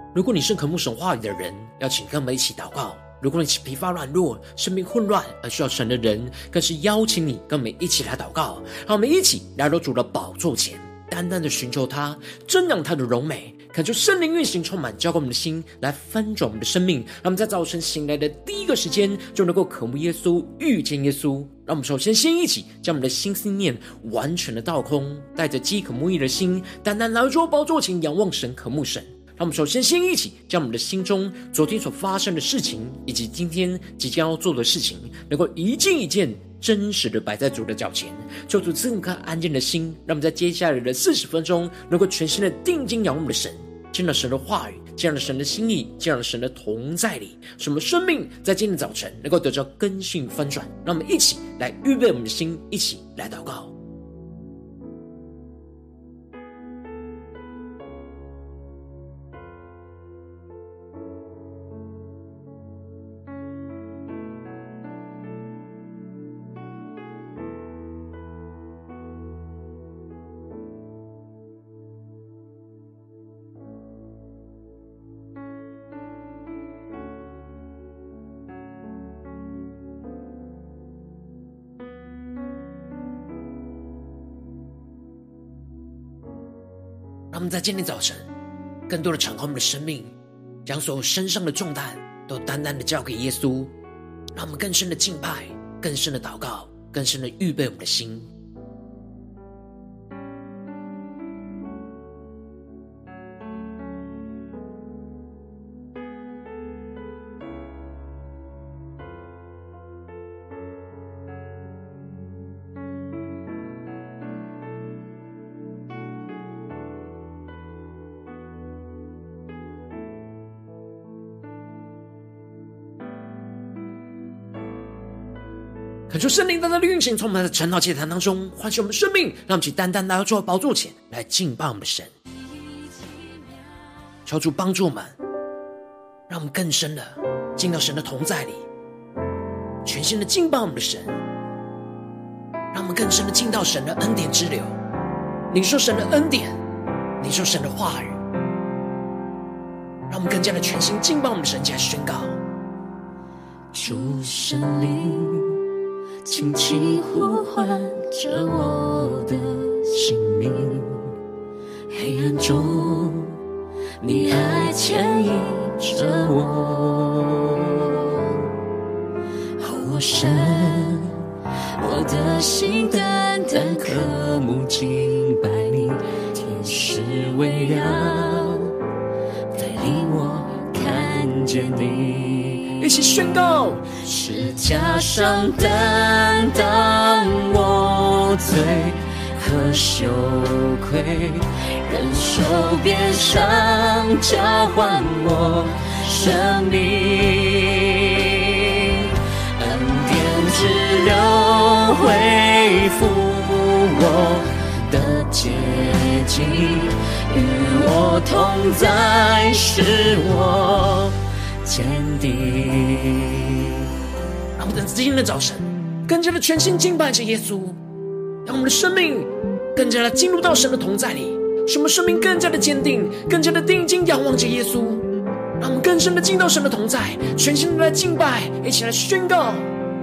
如果你是渴慕神话语的人，邀请跟我们一起祷告。如果你是疲乏软弱、生命混乱而需要神的人，更是邀请你跟我们一起来祷告。让我们一起来到主的宝座前，单单的寻求他，瞻仰他的荣美，恳求圣灵运行充满，浇灌我们的心，来翻转我们的生命。让我们在早晨醒来的第一个时间，就能够渴慕耶稣，遇见耶稣。让我们首先一起将我们的心思念完全的倒空，带着饥渴慕义的心，单单来到宝座前，仰望神，渴慕神。让我们首先一起将我们的心中昨天所发生的事情，以及今天即将要做的事情，能够一件一件真实的摆在主的脚前，求主赐我们颗安静的心，让我们在接下来的40分钟，能够全心的定睛仰望我们的神，见到神的话语，见到神的心意，见到神的同在里，使我们生命在今天早晨能够得到更新翻转。让我们一起来预备我们的心，一起来祷告。让我们在今天早晨更多的敞开我们的生命，将所有身上的重担都单单的交给耶稣，让我们更深的敬拜，更深的祷告，更深的预备我们的心。恳求圣灵单单的运行，从我们的晨祷祭坛当中唤醒我们生命，让我们一起单单来到主的宝座前来敬拜我们的神。求主帮助我们，让我们更深的进到神的同在里，全心的敬拜我们的神，让我们更深的进到神的恩典之流，领受神的恩典，领受神的话语，让我们更加的全心敬拜我们的神，起来宣告： 主圣灵轻轻呼唤着我的心灵，黑暗中你爱牵引着我，我神，我的心单单渴慕敬拜你，天使围绕带领我看见你， 一起宣告： 十架上担当我罪和羞愧，忍受鞭伤交换我生命，恩典之流恢复我的洁净，与我同在使我坚定。 让我们在今天的早晨更加的全心敬拜着耶稣，让我们的生命更加的进入到神的同在里，使我们生命更加的坚定，更加的定睛仰望着耶稣，让我们更深的进到神的同在，全心的来敬拜，一起来宣告：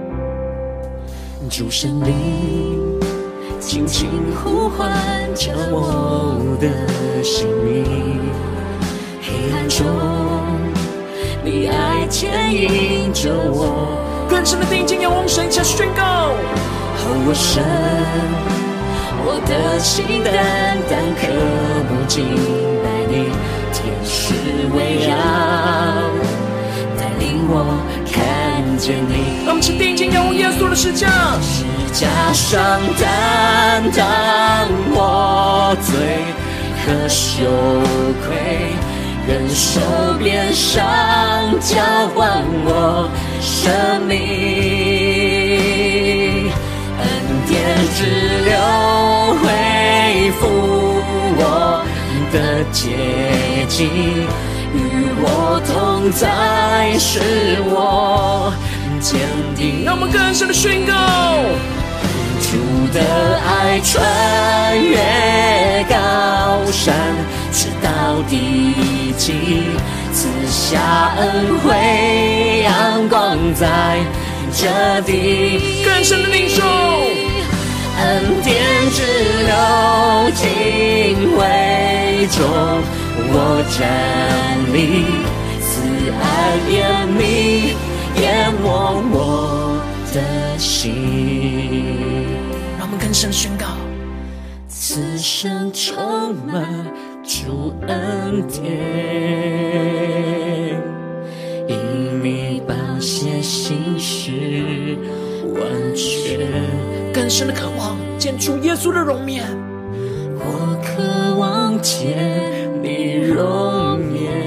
主圣灵轻轻呼唤着我的心灵，黑暗中你爱牵引着我， 更深的定睛仰望神，一起来宣告： 我神，我的心单单渴慕敬拜你，天使围绕带领我看见你。 让我们去定睛仰望耶稣的十架， 十架上担当我罪和羞愧，忍受鞭伤交换我生命，恩典之流恢复我的洁净，与我同在使我坚定。 让我们更深的宣告： 主的爱穿越高山，直到地极， 赐下恩惠，阳光在这地， 更深的领受， 恩典之流进会中，我站立，慈爱怜悯淹没我的心。 让我们更深宣告， 此生充满主恩典，因你宝血心事完全。 更深的渴望见主耶稣的容面， 我渴望见你容颜，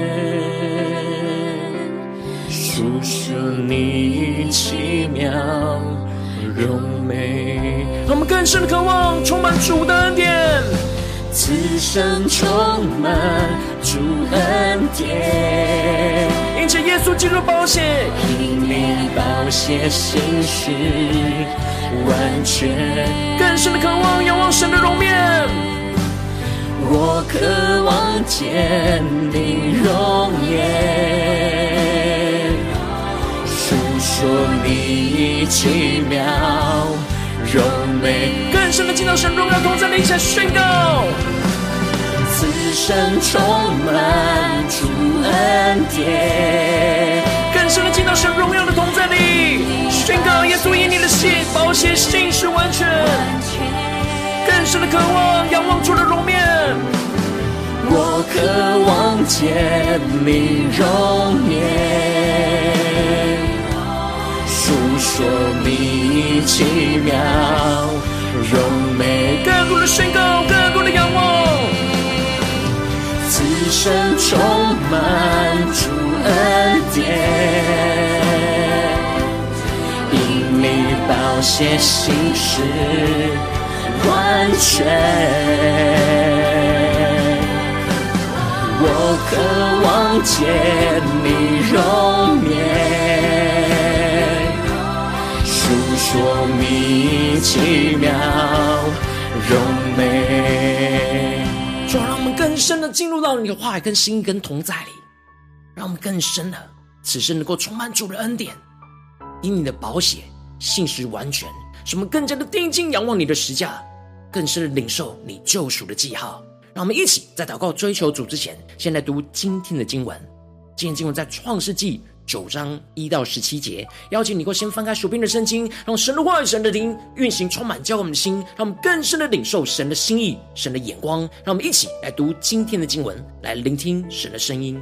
述说你奇妙荣美。 让我们更深的渴望充满主的恩典， 此生充满主恩典， 因着耶稣基督的宝血， 因你宝血心事完全。 更深的渴望仰望神的容面， 我渴望见你容颜，述说你奇妙荣美。 更深的进到神荣耀同在的一起宣告， 此生充满主恩典， 更深的进到神荣耀的同在里，宣告耶稣因你的血宝血信实完全。更深的渴望仰望主的容面， 我渴望见你容颜，述说你奇妙荣美。 更多的宣告，更多的仰望， 此生充满主恩典，因你宝血心事完全。我渴望见你容颜，述说你奇妙荣美。 主要让我们更深的进入到你的话语跟心意跟同在里，让我们更深的此生能够充满主的恩典，因你的宝血信实完全，使我们更加的定睛仰望你的十架，更深的领受你救赎的记号。让我们一起在祷告追求主之前，先来读今天的经文。今天经文在创世纪9章1到17节，邀请你能够先翻开手边的圣经，让神的话语、神的灵运行充满浇灌我们的心，让我们更深的领受神的心意、神的眼光。让我们一起来读今天的经文，来聆听神的声音。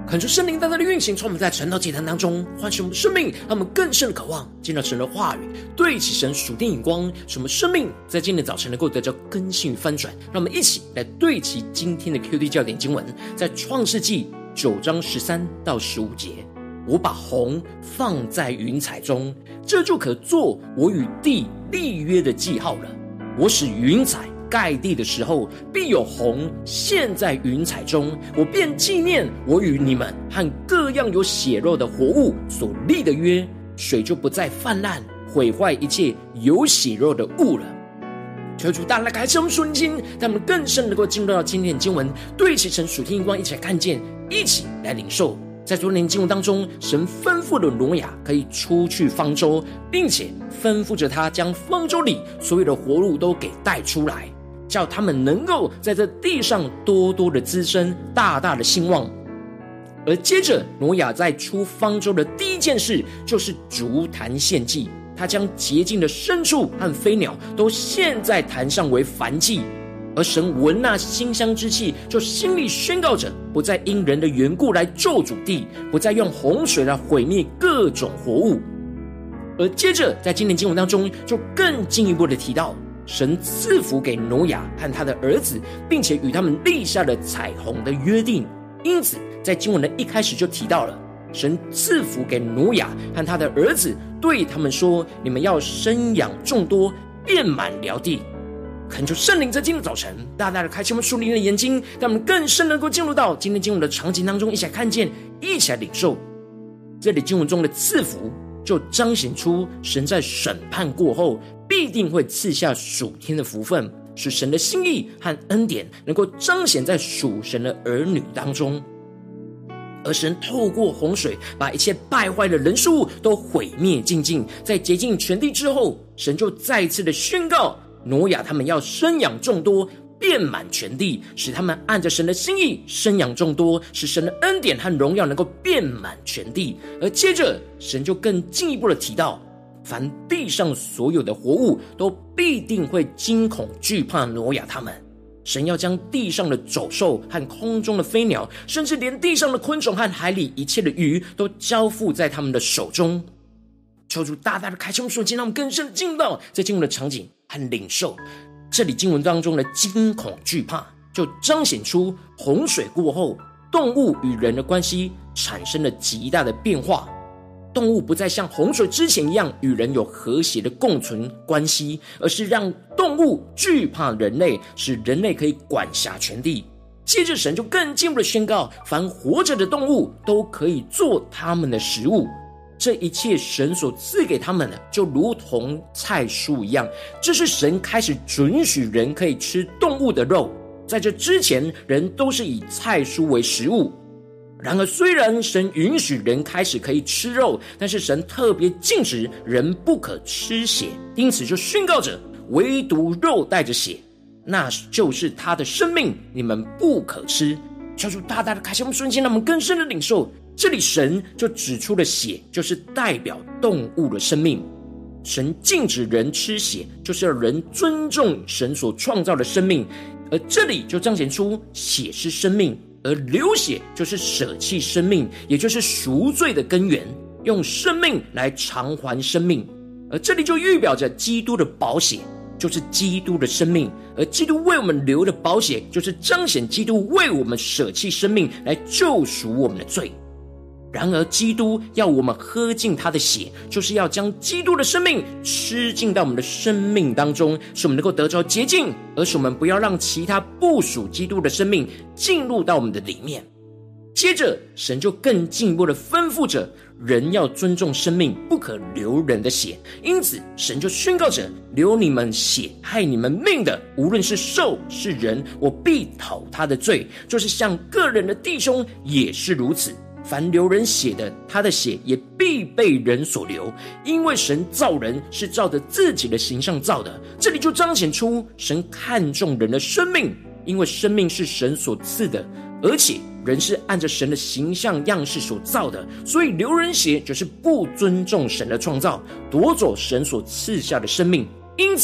恳求圣灵大大的运行，从我们在晨祷祭坛当中唤醒我们的生命，让我们更深的渴望见到神的话语，对齐神属天眼光，使我们生命在今天早晨能够得到更新与翻转。让我们一起来对齐今天的 QD 焦点经文，在创世纪9章13到15节。我把虹放在云彩中，这就可做我与地立约的记号了。我使云彩盖地的时候，必有虹现在云彩中，我便纪念我与你们和各样有血肉的活物所立的约，水就不再泛滥，毁坏一切有血肉的物了。求主大大开启我们属灵心，让我们更深能够进入到今天的经文，对齐神属天眼光，一起来看见，一起来领受。在昨天的经文当中，神吩咐了挪亚可以出去方舟，并且吩咐着他将方舟里所有的活物都给带出来，叫他们能够在这地上多多的滋生，大大的兴旺。而接着挪亚在出方舟的第一件事，就是筑坛献祭。他将洁净的牲畜和飞鸟都献在坛上为燔祭。而神闻那馨香之气，就心里宣告着，不再因人的缘故来咒诅地，不再用洪水来毁灭各种活物。而接着在今天经文当中，就更进一步的提到，神赐福给挪亚和他的儿子，并且与他们立下了彩虹的约定。因此在经文的一开始就提到了，神赐福给挪亚和他的儿子，对他们说，你们要生养众多，遍满辽地。恳求圣灵在今天早晨大大的开启我们属灵的眼睛，让我们更深能够进入到今天经文的场景当中，一起来看见，一起来领受。这里经文中的赐福，就彰显出神在审判过后必定会赐下属天的福分，使神的心意和恩典能够彰显在属神的儿女当中。而神透过洪水把一切败坏的人事物都毁灭净尽，在洁净全地之后，神就再一次的宣告挪亚他们要生养众多，遍满全地，使他们按着神的心意生养众多，使神的恩典和荣耀能够遍满全地。而接着神就更进一步的提到，凡地上所有的活物都必定会惊恐惧怕挪亚他们。神要将地上的走兽和空中的飞鸟，甚至连地上的昆虫和海里一切的鱼，都交付在他们的手中。求主大大的开启我们属灵，让我们更深进入到在经文的场景和领受。这里经文当中的惊恐惧怕，就彰显出洪水过后动物与人的关系产生了极大的变化。动物不再像洪水之前一样与人有和谐的共存关系，而是让动物惧怕人类，使人类可以管辖全地。接着神就更进一步的宣告，凡活着的动物都可以做他们的食物。这一切神所赐给他们的，就如同菜蔬一样，这是神开始准许人可以吃动物的肉。在这之前，人都是以菜蔬为食物。然而虽然神允许人开始可以吃肉，但是神特别禁止人不可吃血，因此就宣告着，唯独肉带着血，那就是他的生命，你们不可吃。求主大大的开启我们瞬间，让我们更深的领受，这里神就指出了血就是代表动物的生命。神禁止人吃血，就是要人尊重神所创造的生命，而这里就彰显出血是生命，而流血就是舍弃生命，也就是赎罪的根源，用生命来偿还生命。而这里就预表着基督的宝血就是基督的生命，而基督为我们流的宝血就是彰显基督为我们舍弃生命来救赎我们的罪。然而基督要我们喝进他的血，就是要将基督的生命吃进到我们的生命当中，使我们能够得着洁净，而使我们不要让其他不属基督的生命进入到我们的里面。接着神就更进一步的吩咐着人要尊重生命，不可流人的血。因此神就宣告着，流你们血害你们命的，无论是兽是人，我必讨他的罪，就是像个人的弟兄也是如此。凡流人血的，他的血也必被人所流，因为神造人是照着自己的形象造的。这里就彰显出神看重人的生命，因为生命是神所赐的，而且人是按着神的形象样式所造的，所以流人血就是不尊重神的创造，夺走神所赐下的生命。因此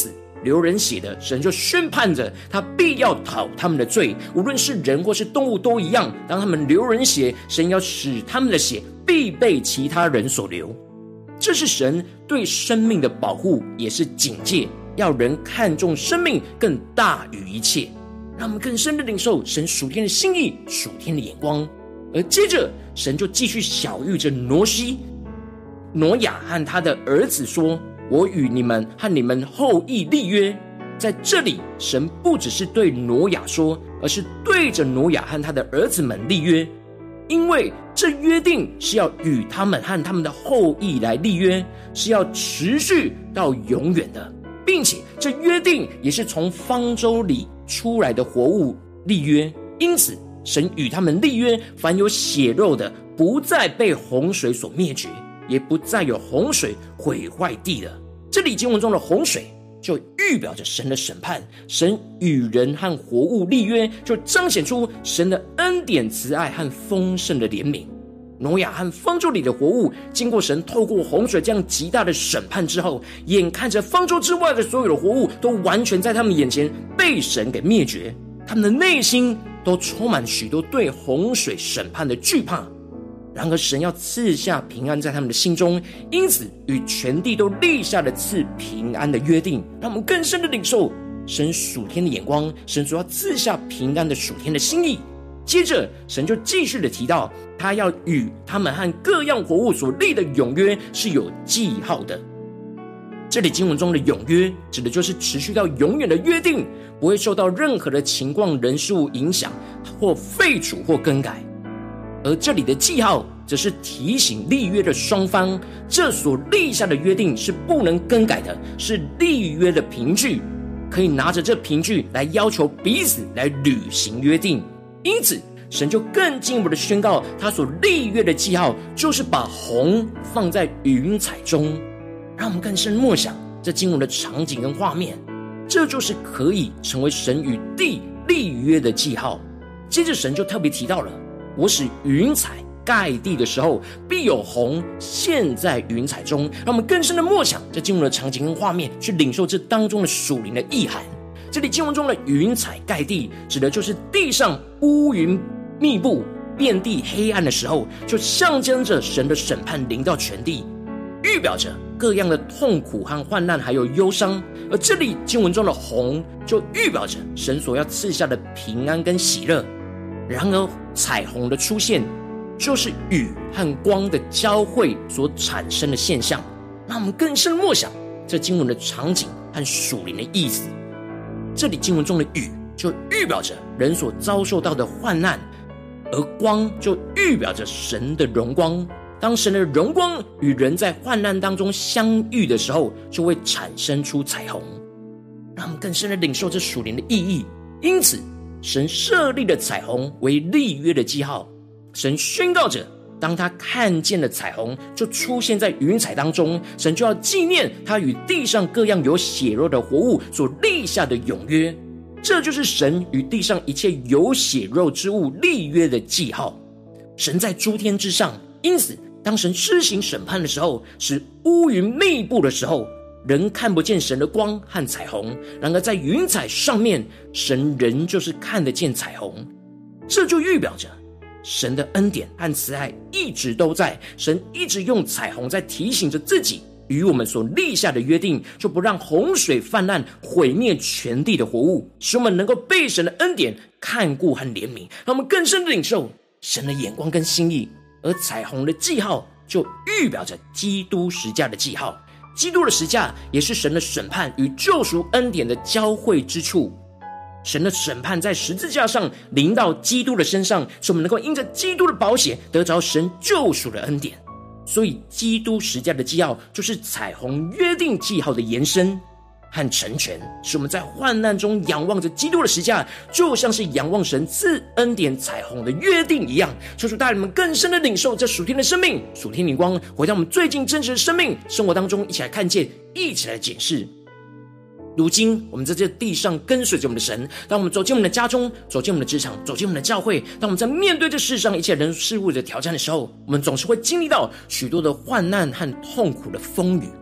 流人血的，神就宣判着他必要讨他们的罪，无论是人或是动物都一样。当他们流人血，神要使他们的血必被其他人所流。这是神对生命的保护，也是警戒，要人看重生命更大于一切。让我们更深的领受神属天的心意、属天的眼光。而接着神就继续晓谕着挪亚和他的儿子说，我与你们和你们后裔立约。在这里神不只是对挪亚说，而是对着挪亚和他的儿子们立约，因为这约定是要与他们和他们的后裔来立约，是要持续到永远的，并且这约定也是从方舟里出来的活物立约。因此神与他们立约，凡有血肉的不再被洪水所灭绝，也不再有洪水毁坏地了。这里经文中的洪水就预表着神的审判，神与人和活物立约，就彰显出神的恩典、慈爱和丰盛的怜悯。挪亚和方舟里的活物经过神透过洪水这样极大的审判之后，眼看着方舟之外的所有的活物都完全在他们眼前被神给灭绝，他们的内心都充满许多对洪水审判的惧怕。然而神要赐下平安在他们的心中，因此与全地都立下了赐平安的约定。让我们更深的领受神属天的眼光，神所要赐下平安的属天的心意。接着神就继续的提到，他要与他们和各样活物所立的永约是有记号的。这里经文中的永约指的就是持续到永远的约定，不会受到任何的情况、人事物影响或废除或更改。而这里的记号则是提醒立约的双方，这所立下的约定是不能更改的，是立约的凭据，可以拿着这凭据来要求彼此来履行约定。因此神就更进一步的宣告，他所立约的记号就是把虹放在云彩中。让我们更深默想这经文的场景跟画面，这就是可以成为神与地立约的记号。接着神就特别提到了，我使云彩盖地的时候，必有虹现在云彩中。让我们更深的默想这经文的场景跟画面，去领受这当中的属灵的意涵。这里经文中的云彩盖地，指的就是地上乌云密布、遍地黑暗的时候，就象征着神的审判临到全地，预表着各样的痛苦和患难还有忧伤。而这里经文中的虹，就预表着神所要赐下的平安跟喜乐。然而彩虹的出现，就是雨和光的交汇所产生的现象。让我们更深默想这经文的场景和属灵的意思。这里经文中的雨就预表着人所遭受到的患难，而光就预表着神的荣光。当神的荣光与人在患难当中相遇的时候，就会产生出彩虹。让我们更深的领受这属灵的意义。因此神设立了彩虹为立约的记号。神宣告着，当他看见了彩虹就出现在云彩当中，神就要纪念他与地上各样有血肉的活物所立下的永约。这就是神与地上一切有血肉之物立约的记号。神在诸天之上，因此当神施行审判的时候，使乌云密布的时候，人看不见神的光和彩虹。然而在云彩上面，神仍就是看得见彩虹。这就预表着神的恩典和慈爱一直都在，神一直用彩虹在提醒着自己与我们所立下的约定，就不让洪水泛滥毁灭全地的活物，使我们能够被神的恩典看顾和怜悯，让我们更深的领受神的眼光跟心意。而彩虹的记号就预表着基督十架的记号，基督的十架也是神的审判与救赎恩典的交汇之处。神的审判在十字架上临到基督的身上，使我们能够因着基督的宝血得着神救赎的恩典。所以基督十架的记号就是彩虹约定记号的延伸和成全，使我们在患难中仰望着基督的十架，就像是仰望神赐恩典彩虹的约定一样。求主带领我们更深的领受这属天的生命、属天灵光，回到我们最近真实的生命生活当中，一起来看见，一起来检视。如今我们在这地上跟随着我们的神，当我们走进我们的家中，走进我们的职场，走进我们的教会，当我们在面对这世上一切人事物的挑战的时候，我们总是会经历到许多的患难和痛苦的风雨。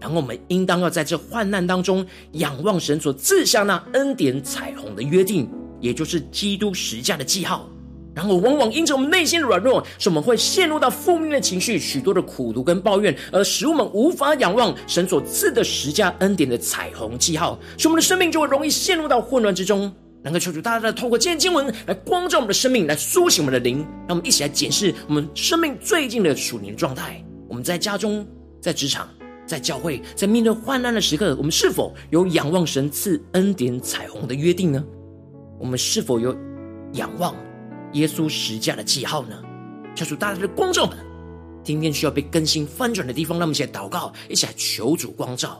然后我们应当要在这患难当中仰望神所赐下那恩典彩虹的约定，也就是基督十架的记号。然后往往因着我们内心的软弱，使我们会陷入到负面的情绪，许多的苦毒跟抱怨，而使我们无法仰望神所赐的十架恩典的彩虹记号，使我们的生命就会容易陷入到混乱之中。能够求主大大透过今天经文来光照我们的生命，来苏醒我们的灵，让我们一起来检视我们生命最近的属灵状态。我们在家中、在职场、在教会，在面对患难的时刻，我们是否有仰望神赐恩典彩虹的约定呢？我们是否有仰望耶稣十架的记号呢？求主大大的光照们，今天需要被更新翻转的地方，让我们一起来祷告，一起来求主光照。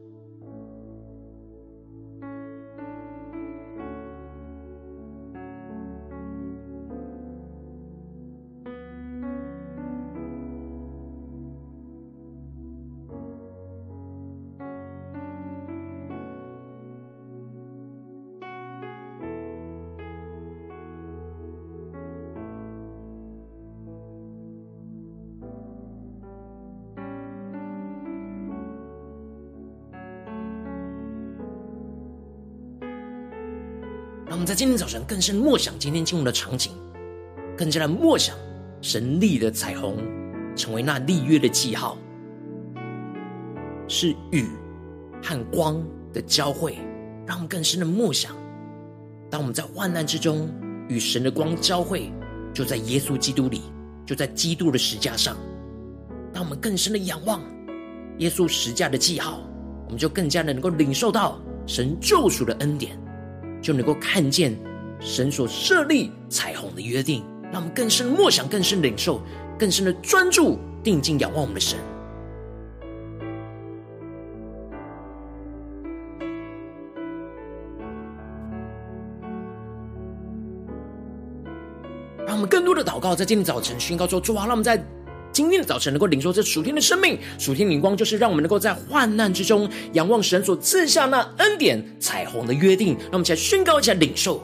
让我们在今天早晨更深默想今天经文的场景，更加的默想神立的彩虹成为那立约的记号，是雨和光的交汇。让我们更深的默想，当我们在患难之中与神的光交汇，就在耶稣基督里，就在基督的十架上。当我们更深的仰望耶稣十架的记号，我们就更加的能够领受到神救赎的恩典，就能够看见神所设立彩虹的约定。让我们更深的默想，更深的领受，更深的专注定睛仰望我们的神。让我们更多的祷告，在今天早晨宣告说，主啊，让我们在今天的早晨能够领受这属天的生命，属天灵光，就是让我们能够在患难之中仰望神所赐下那恩典彩虹的约定。让我们一起来宣告，一起来领受。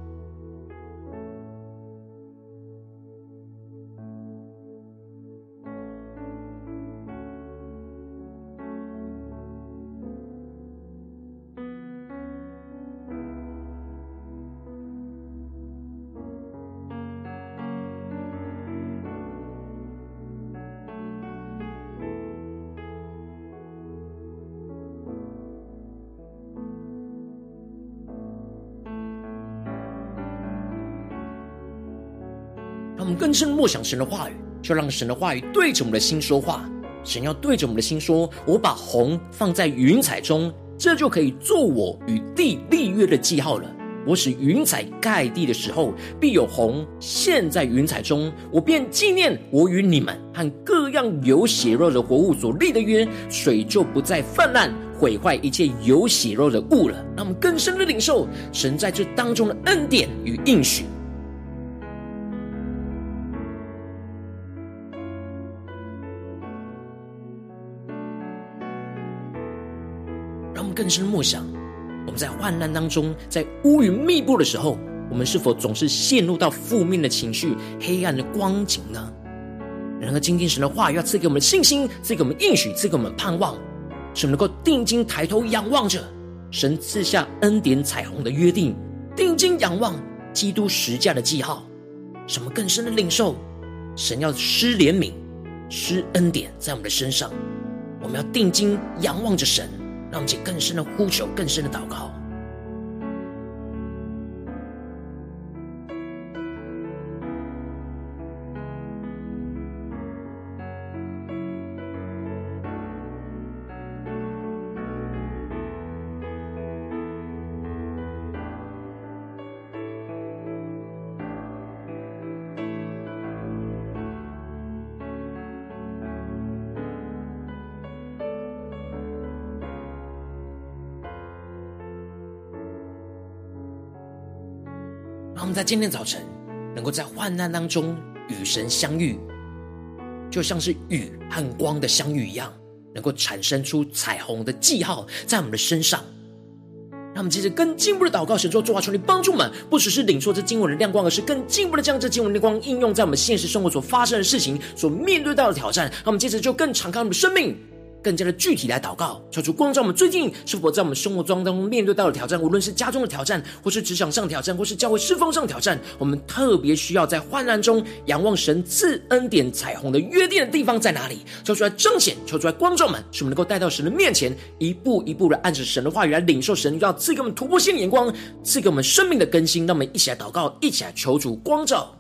让我们更深默想神的话语，就让神的话语对着我们的心说话。神要对着我们的心说，我把虹放在云彩中，这就可以做我与地立约的记号了。我使云彩盖地的时候，必有虹现在云彩中，我便纪念我与你们和各样有血肉的活物所立的约，水就不再泛滥毁坏一切有血肉的物了。让我们更深的领受神在这当中的恩典与应许。让我们更深默想，我们在患难当中，在乌云密布的时候，我们是否总是陷入到负面的情绪、黑暗的光景呢？然而今天神的话语要赐给我们信心，赐给我们应许，赐给我们盼望，使我们能够定睛抬头仰望着神赐下恩典彩虹的约定，定睛仰望基督十架的记号，使我们更深的领受神要施怜悯、施恩典在我们的身上。我们要定睛仰望着神，让我们更深的呼求，更深的祷告。让我们在今天早晨能够在患难当中与神相遇，就像是雨和光的相遇一样，能够产生出彩虹的记号在我们的身上。让我们接着更进一步的祷告，神说，主啊，求你帮助我们，不只是领受这经文的亮光，而是更进一步的将这经文的亮光应用在我们现实生活所发生的事情，所面对到的挑战。让我们接着就更敞开我们的生命， 更加的具体来祷告，求主光照我们最近是否在我们生活当中面对到的挑战，无论是家中的挑战，或是职场上挑战，或是教会侍奉上挑战，我们特别需要在患难中仰望神赐恩典彩虹的约定的地方在哪里？求出来彰显，求出来光照们，使我们能够带到神的面前，一步一步的按着神的话语来领受神要赐给我们突破性的眼光，赐给我们生命的更新。让我们一起来祷告，一起来求主光照。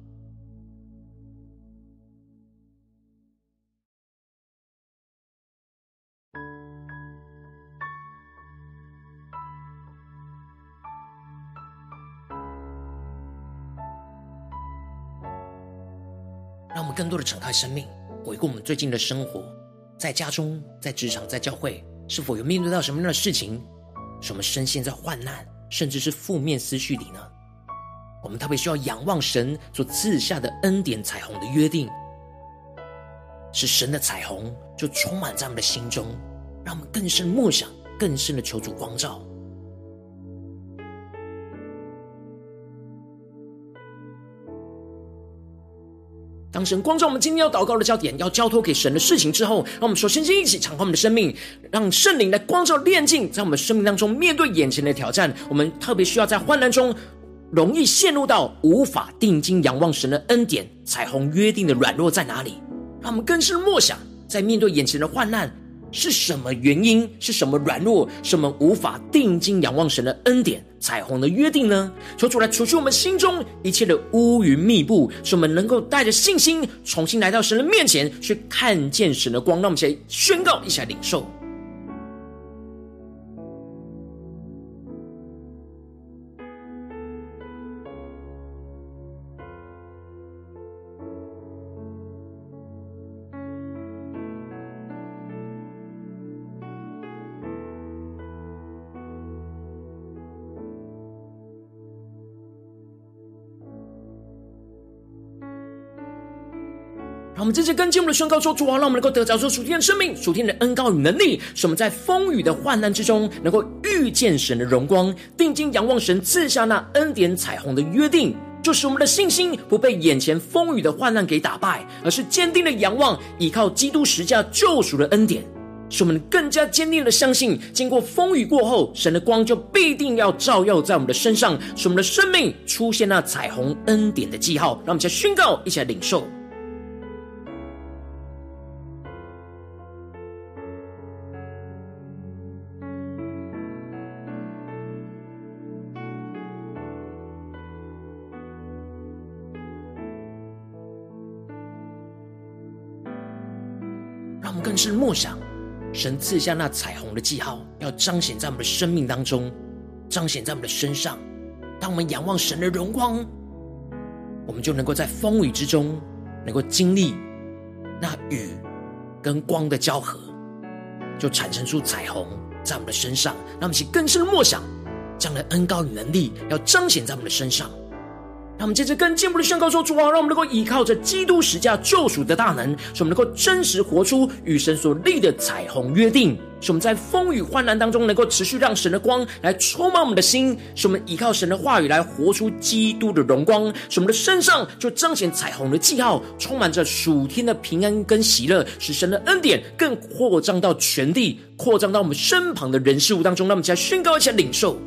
让我们更多的敞开生命，回顾我们最近的生活，在家中、在职场、在教会，是否有面对到什么样的事情，使我们深陷在患难，甚至是负面思绪里呢？我们特别需要仰望神所赐下的恩典彩虹的约定，使神的彩虹就充满在我们的心中，让我们更深默想，更深的求主光照。当神光照我们今天要祷告的焦点，要交托给神的事情之后，让我们首先一起敞开我们的生命，让圣灵来光照炼净，在我们生命当中面对眼前的挑战。我们特别需要在患难中容易陷入到无法定睛仰望神的恩典彩虹约定的软弱在哪里，让我们更深默想，在面对眼前的患难是什么原因，是什么软弱，什么无法定睛仰望神的恩典彩虹的约定呢？求主来除去我们心中一切的乌云密布，使我们能够带着信心重新来到神的面前，去看见神的光。让我们一起来宣告，一起来领受。让我们这次跟进我们的宣告说，主啊，让我们能够得着这属天的生命、属天的恩膏与能力，使我们在风雨的患难之中能够遇见神的荣光，定睛仰望神赐下那恩典彩虹的约定，就是我们的信心不被眼前风雨的患难给打败，而是坚定的仰望依靠基督十架救赎的恩典，使我们更加坚定的相信，经过风雨过后，神的光就必定要照耀在我们的身上，使我们的生命出现那彩虹恩典的记号。让我们一起来宣告，一起来领受。让我们更是默想神赐下那彩虹的记号，要彰显在我们的生命当中，彰显在我们的身上。当我们仰望神的荣光，我们就能够在风雨之中能够经历那雨跟光的交合，就产生出彩虹在我们的身上。让我们一起更深的默想这样的恩膏与能力要彰显在我们的身上。让我们接着更进一步的宣告说，主啊，让我们能够依靠着基督十架救赎的大能，使我们能够真实活出与神所立的彩虹约定，使我们在风雨患难当中能够持续让神的光来充满我们的心，使我们依靠神的话语来活出基督的荣光，使我们的身上就彰显彩虹的记号，充满着属天的平安跟喜乐，使神的恩典更扩张到全地，扩张到我们身旁的人事物当中。让我们一起来宣告，一起来领受。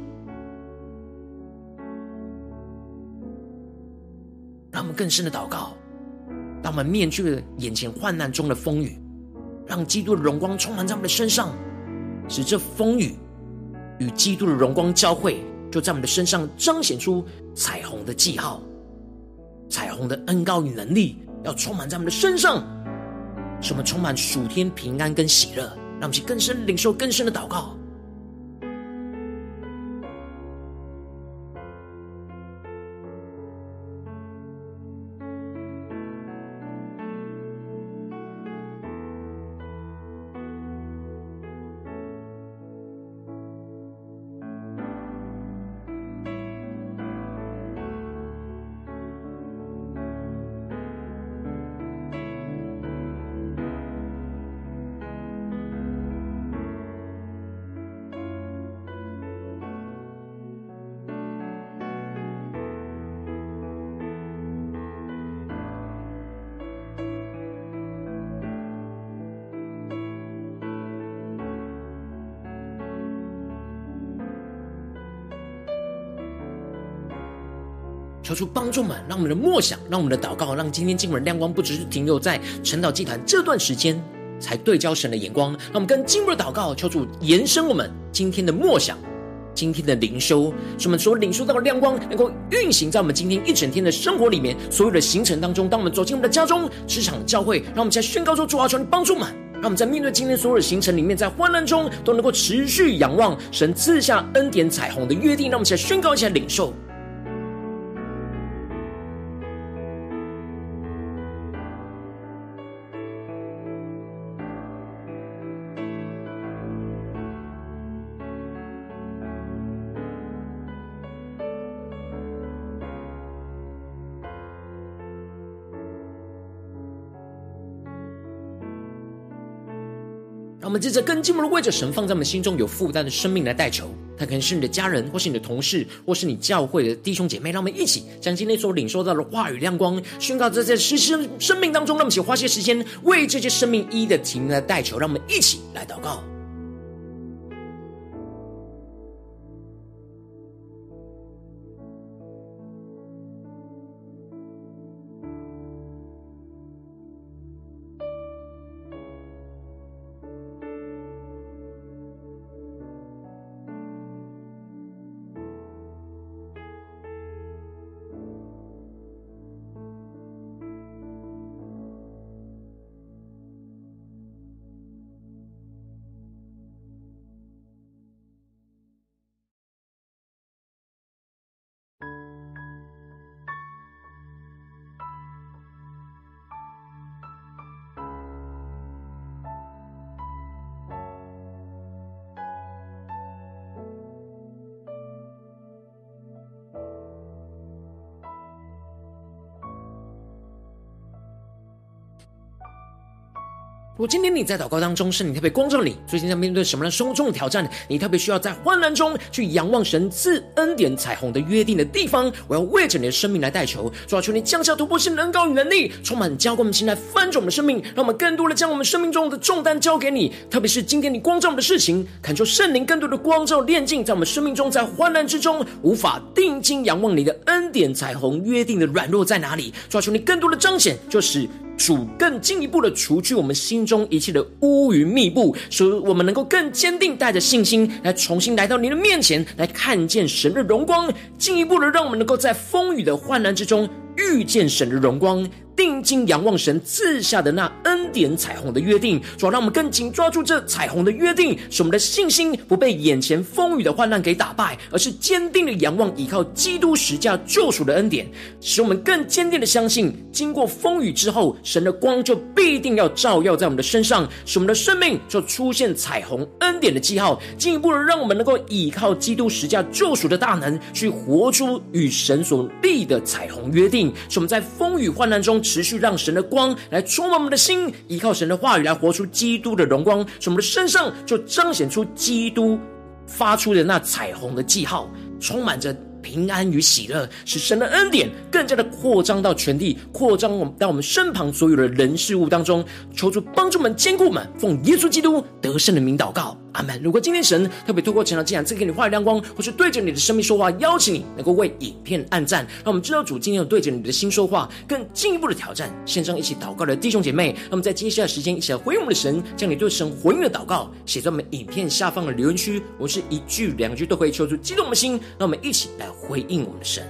让我们更深的祷告，当我们面对了眼前患难中的风雨，让基督的荣光充满在我们的身上，使这风雨与基督的荣光交汇，就在我们的身上彰显出彩虹的记号，彩虹的恩膏与能力要充满在我们的身上，使我们充满属天平安跟喜乐。让我们去更深领受更深的祷告。 求主帮助们，让我们的默想，让我们的祷告，让今天经文的亮光不只是停留在晨祷祭坛这段时间才对焦神的眼光，让我们跟经文的祷告，求主延伸我们今天的默想，今天的灵修，使我们所领受到的亮光能够运行在我们今天一整天的生活里面，所有的行程当中。当我们走进我们的家中、职场、教会，让我们在宣告说：主啊，求你帮助我们，让我们在面对今天所有的行程里面，在患难中都能够持续仰望神赐下恩典彩虹的约定。让我们一起来宣告，一起来领受。让我们接着更进一步的为着神放在我们心中有负担的生命来代求，他可能是你的家人，或是你的同事，或是你教会的弟兄姐妹。让我们一起将今天所领受到的话语亮光宣告在生命当中。让我们一起花些时间为这些生命一一的提名来代求。让我们一起来祷告。如果今天你在祷告当中，圣灵特别光照你，最近在面对什么样的生活中的挑战，你特别需要在患难中去仰望神赐恩典彩虹的约定的地方，我要为着你的生命来代求。主啊，求你降下突破性能高与能力，充满浇灌我们心来翻转我们的生命，让我们更多的将我们生命中的重担交给你。特别是今天你光照我们的事情，恳求圣灵更多的光照炼净在我们生命中，在患难之中无法定睛仰望你的恩典彩虹约定的软弱在哪里。主啊，求你更多的彰显，就是主更进一步的除去我们心中一切的乌云密布，使我们能够更坚定带着信心来重新来到你的面前，来看见神的荣光，进一步的让我们能够在风雨的患难之中遇见神的荣光，定睛仰望神赐下的那恩典彩虹的约定。主要让我们更紧抓住这彩虹的约定，使我们的信心不被眼前风雨的患难给打败，而是坚定的仰望依靠基督十架救赎的恩典，使我们更坚定的相信，经过风雨之后，神的光就必定要照耀在我们的身上，使我们的生命就出现彩虹恩典的记号，进一步的让我们能够依靠基督十架救赎的大能，去活出与神所立的彩虹约定，使我们在风雨患难中持续让神的光来充满我们的心，依靠神的话语来活出基督的荣光，使我们的身上就彰显出基督发出的那彩虹的记号，充满着平安与喜乐，使神的恩典更加的扩张到全地，扩张到我们身旁所有的人事物当中。求主帮助我们坚固我们，奉耶稣基督得胜的名祷告，阿们。如果今天神特别透过晨祷祭坛赐给你话语亮光，或是对着你的生命说话，邀请你能够为影片按赞，让我们知道主今天有对着你的心说话，更进一步的挑战线上一起祷告的弟兄姐妹，让我们在接下来的时间一起来回应我们的神，将你对神回应的祷告写在我们影片下方的留言区，我是一句两句都可以求主激动我们的心，让我们一起来回应我们的神。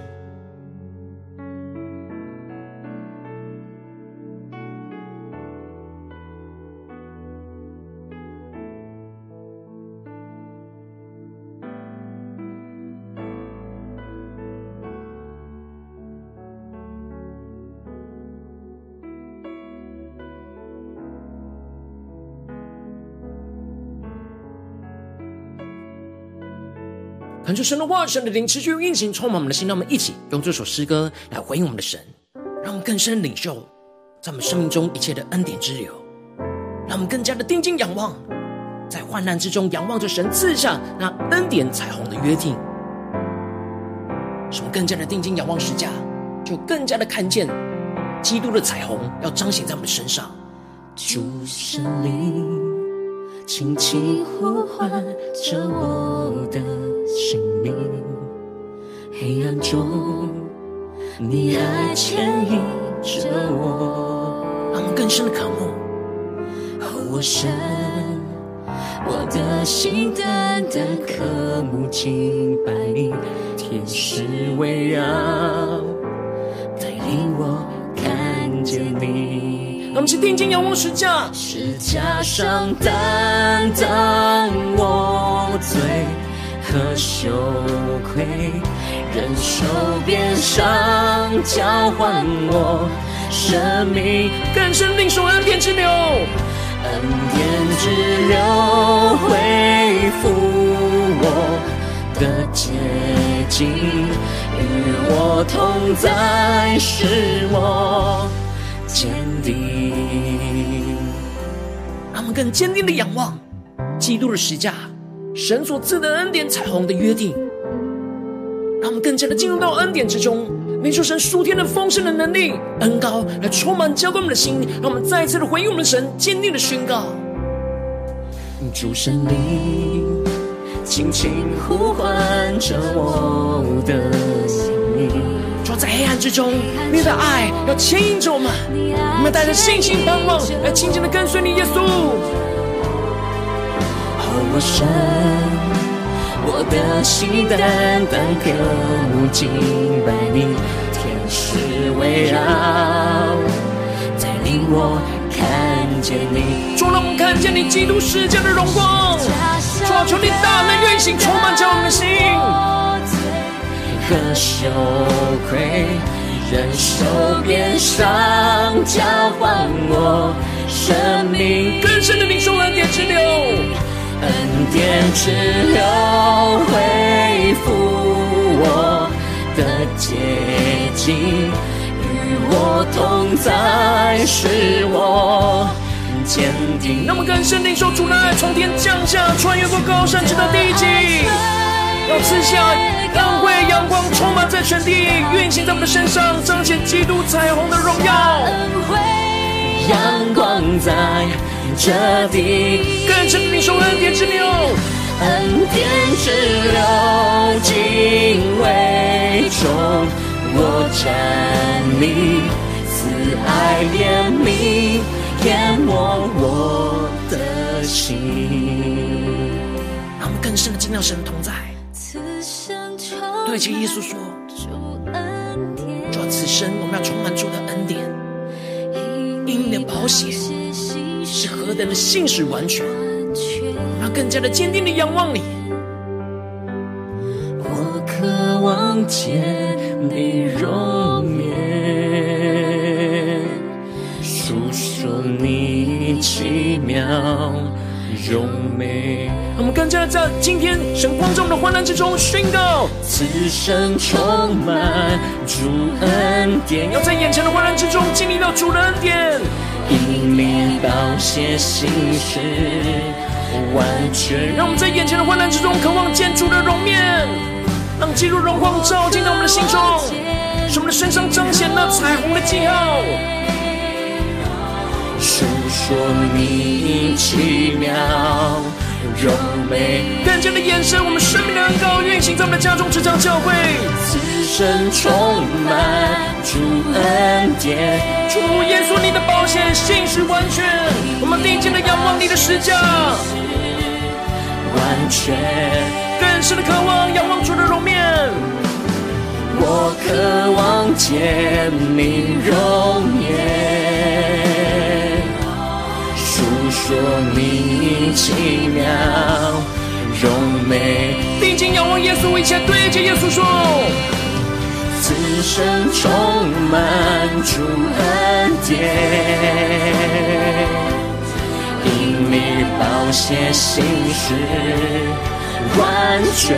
恳求神的话语、神的灵持续运行，充满我们的心。让我们一起用这首诗歌来回应我们的神，让我们更深领受在我们生命中一切的恩典之流，让我们更加的定睛仰望，在患难之中仰望着神赐下那恩典彩虹的约定，使我们更加的定睛仰望十架，就更加的看见基督的彩虹要彰显在我们的身上。 主圣灵轻轻呼唤着我的生命，黑暗中你爱牵引着我， 让我们更深的渴慕。 我神，我的心单单渴慕敬拜你，天使围绕，带领我看见你。 让我们一起定睛仰望十架， 十架上担当我罪和羞愧，忍受鞭伤交换我生命， 更深领受恩典之流， 恩典之流恢复我的洁净，与我同在使我坚定。 让我们更坚定的仰望基督的十架，神所赐的恩典彩虹的约定，让我们更加的进入到恩典之中，领受神属天的丰盛的能力恩膏来充满浇灌我们的心，让我们再一次的回应我们的神，坚定的宣告。 主圣灵轻轻呼唤着我的心， 主在黑暗之中，你的爱要牵引着我们，我们带着信心盼望来紧紧的跟随你耶稣。 我神，我的心单单渴慕敬拜你，天使围绕，带领我看见你。 主，让我们看见你基督十架的荣光。主啊，求你大能运行，充满着我们的心。 和羞愧，忍受鞭伤交换我生命， 更深的领受恩典之流， 恩典之流恢复我的洁净，与我同在使我坚定。 让我们更深领受主的爱从天降下，穿越过高山直到地极，要赐下恩惠阳光，充满在全地，运行在我们的身上，彰显基督彩虹的荣耀。 阳光在这地， 更深的领受恩典之流， 恩典之流敬畏中我站立，慈爱怜悯淹没我的心。 让我们更深的进到神的同在，对着耶稣说，主啊，此生我们要充满主的恩典，因你的宝血是何等的信实完全，我们要更加的坚定的仰望你。 我渴望见你容颜，述说你奇妙荣美。 我们更加的在今天神光照我们的患难之中宣告， 此生充满主恩典， 要在眼前的患难之中经历到主的恩典， 因你宝血心事完全。 让我们在眼前的患难之中渴望见主的容面，让基督荣光照进到我们的心中，使我们的身上彰显那彩虹的记号， 述说你奇妙荣美。 更加的延伸我们生命的恩膏，运行在我们的家中职场教会， 此生充满主恩典， 主耶稣你的宝血信实完全，我们定睛的仰望你的十架完全， 更深的渴望仰望主的容面。 我渴望见你容颜，述说你奇妙荣美。 定睛仰望耶稣，一切对着耶稣说， 此生充满主恩典，因你宝血心事完全。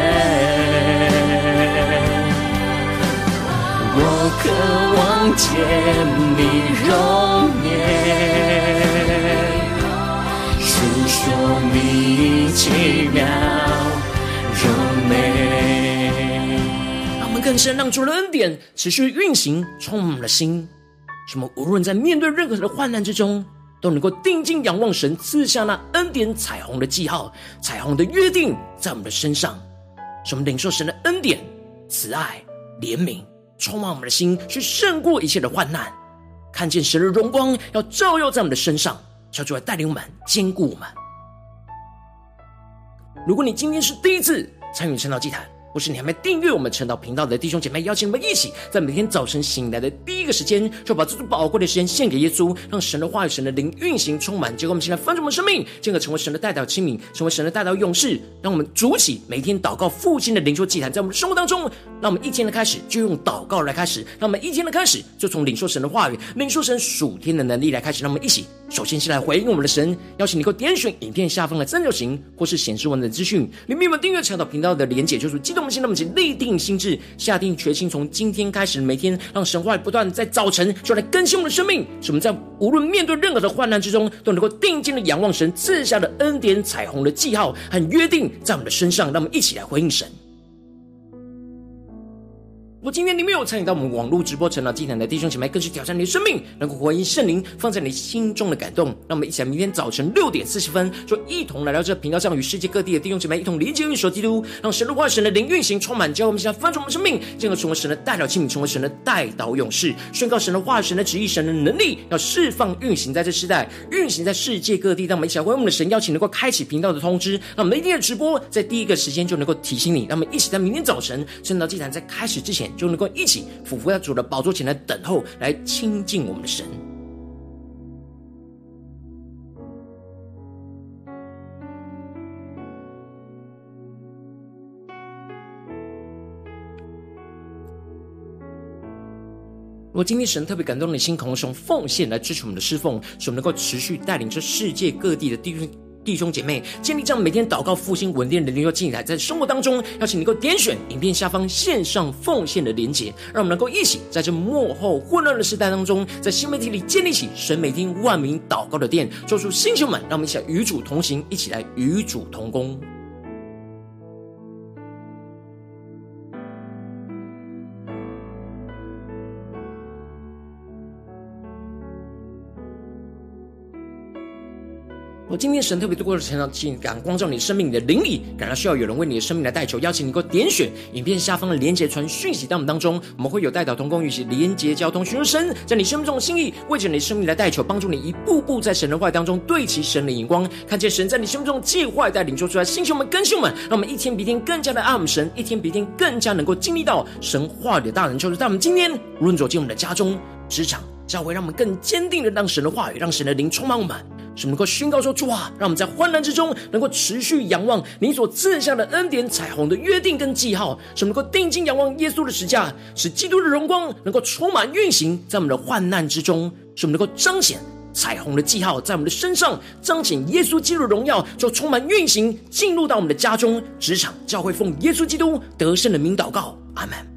我渴望见你容颜，述说你奇妙荣美。 让我们更深让主的恩典持续运行，充满我们的心，使我们无论在面对任何的患难之中，都能够定睛仰望神赐下那恩典彩虹的记号，彩虹的约定在我们的身上，使我们领受神的恩典、慈爱、怜悯， 充满我们的心，去胜过一切的患难，看见神的荣光要照耀在我们的身上，求主来带领我们，坚固我们。如果你今天是第一次参与晨祷祭坛，或是你还没订阅我们晨祷频道的弟兄姐妹，邀请你们一起在每天早晨醒来的第一个时间，就把这最宝贵的时间献给耶稣，让神的话语、神的灵运行充满，结果我们现在翻转我们生命，进而成为神的代祷亲民，成为神的代祷勇士，让我们筑起每天祷告复兴的灵修祭坛，在我们的生活当中，让我们一天的开始就用祷告来开始，让我们一天的开始就从领受神的话语、领受神属天的能力来开始。让我们一起首先来回应我们的神，邀请你能够点选影片下方的三角形，或是显示文的资讯里面有订阅晨祷频道的连结，就是激动我们心，让我们一起立定心志，下定决心，从今天开始每天让神话语不断在早晨就来更新我们的生命，使我们在无论面对任何的患难之中，都能够定睛的仰望神赐下的恩典彩虹的记号和约定在我们的身上。让我们一起来回应神。如果今天你没有参与到我们网络直播晨祷祭坛的弟兄姐妹，更是挑战你的生命，能够回应圣灵放在你心中的感动。让我们一起来明天早晨6点40分，就一同来到这频道上，与世界各地的弟兄姐妹一同连接运手基督，让神的话、神的灵运行充满，教我们现在翻转我们生命，进而成为神的代表器皿，成为神的代祷勇士，宣告神的话、神的旨意、神的能力，要释放运行在这世代，运行在世界各地。让我们一起来回应我们的神，邀请能够开启频道的通知，让我们每天的直播在第一个时间就能够提醒你。让我们一起在明天早晨晨祷祭坛在开始之前，就能够一起俯伏在主的宝座前来等候，来亲近我们的神。如果今天神特别感动你的心，渴望用奉献来支持我们的侍奉，使我们能够持续带领着世界各地的弟兄姐妹建立这样每天祷告复兴稳定的灵修祭坛，在生活当中邀请你能够点选影片下方线上奉献的连结，让我们能够一起在这末后混乱的时代当中，在新媒体里建立起神每天万名祷告的殿，做出星球们，让我们一起来与主同行，一起来与主同工。今天神特别透过晨祷祭坛光照你生命的灵里，感到需要有人为你的生命来代求，邀请你能够点选影片下方的连结，传讯息到我们当中，我们会有代祷同工与其连结交通，寻求神在你生命中的心意，为着你的生命来代求，帮助你一步步在神的话语当中对齐神的眼光，看见神在你生命中的计划带领做出来。星球们更新我们，让我们一天比一天更加的爱我们神，一天比一天更加能够经历到神话语的大能，就是在我们今天无论走进我们的家中、职场、教会，让我们更坚定的让神的话语、让神的灵充满我们，使我们能够宣告说：主啊，让我们在患难之中能够持续仰望你所赐下的恩典彩虹的约定跟记号，使我们能够定睛仰望耶稣的十架，使基督的荣光能够充满运行在我们的患难之中，使我们能够彰显彩虹的记号在我们的身上，彰显耶稣基督的荣耀，就充满运行进入到我们的家中、职场、教会，奉耶稣基督得胜的名祷告，阿们。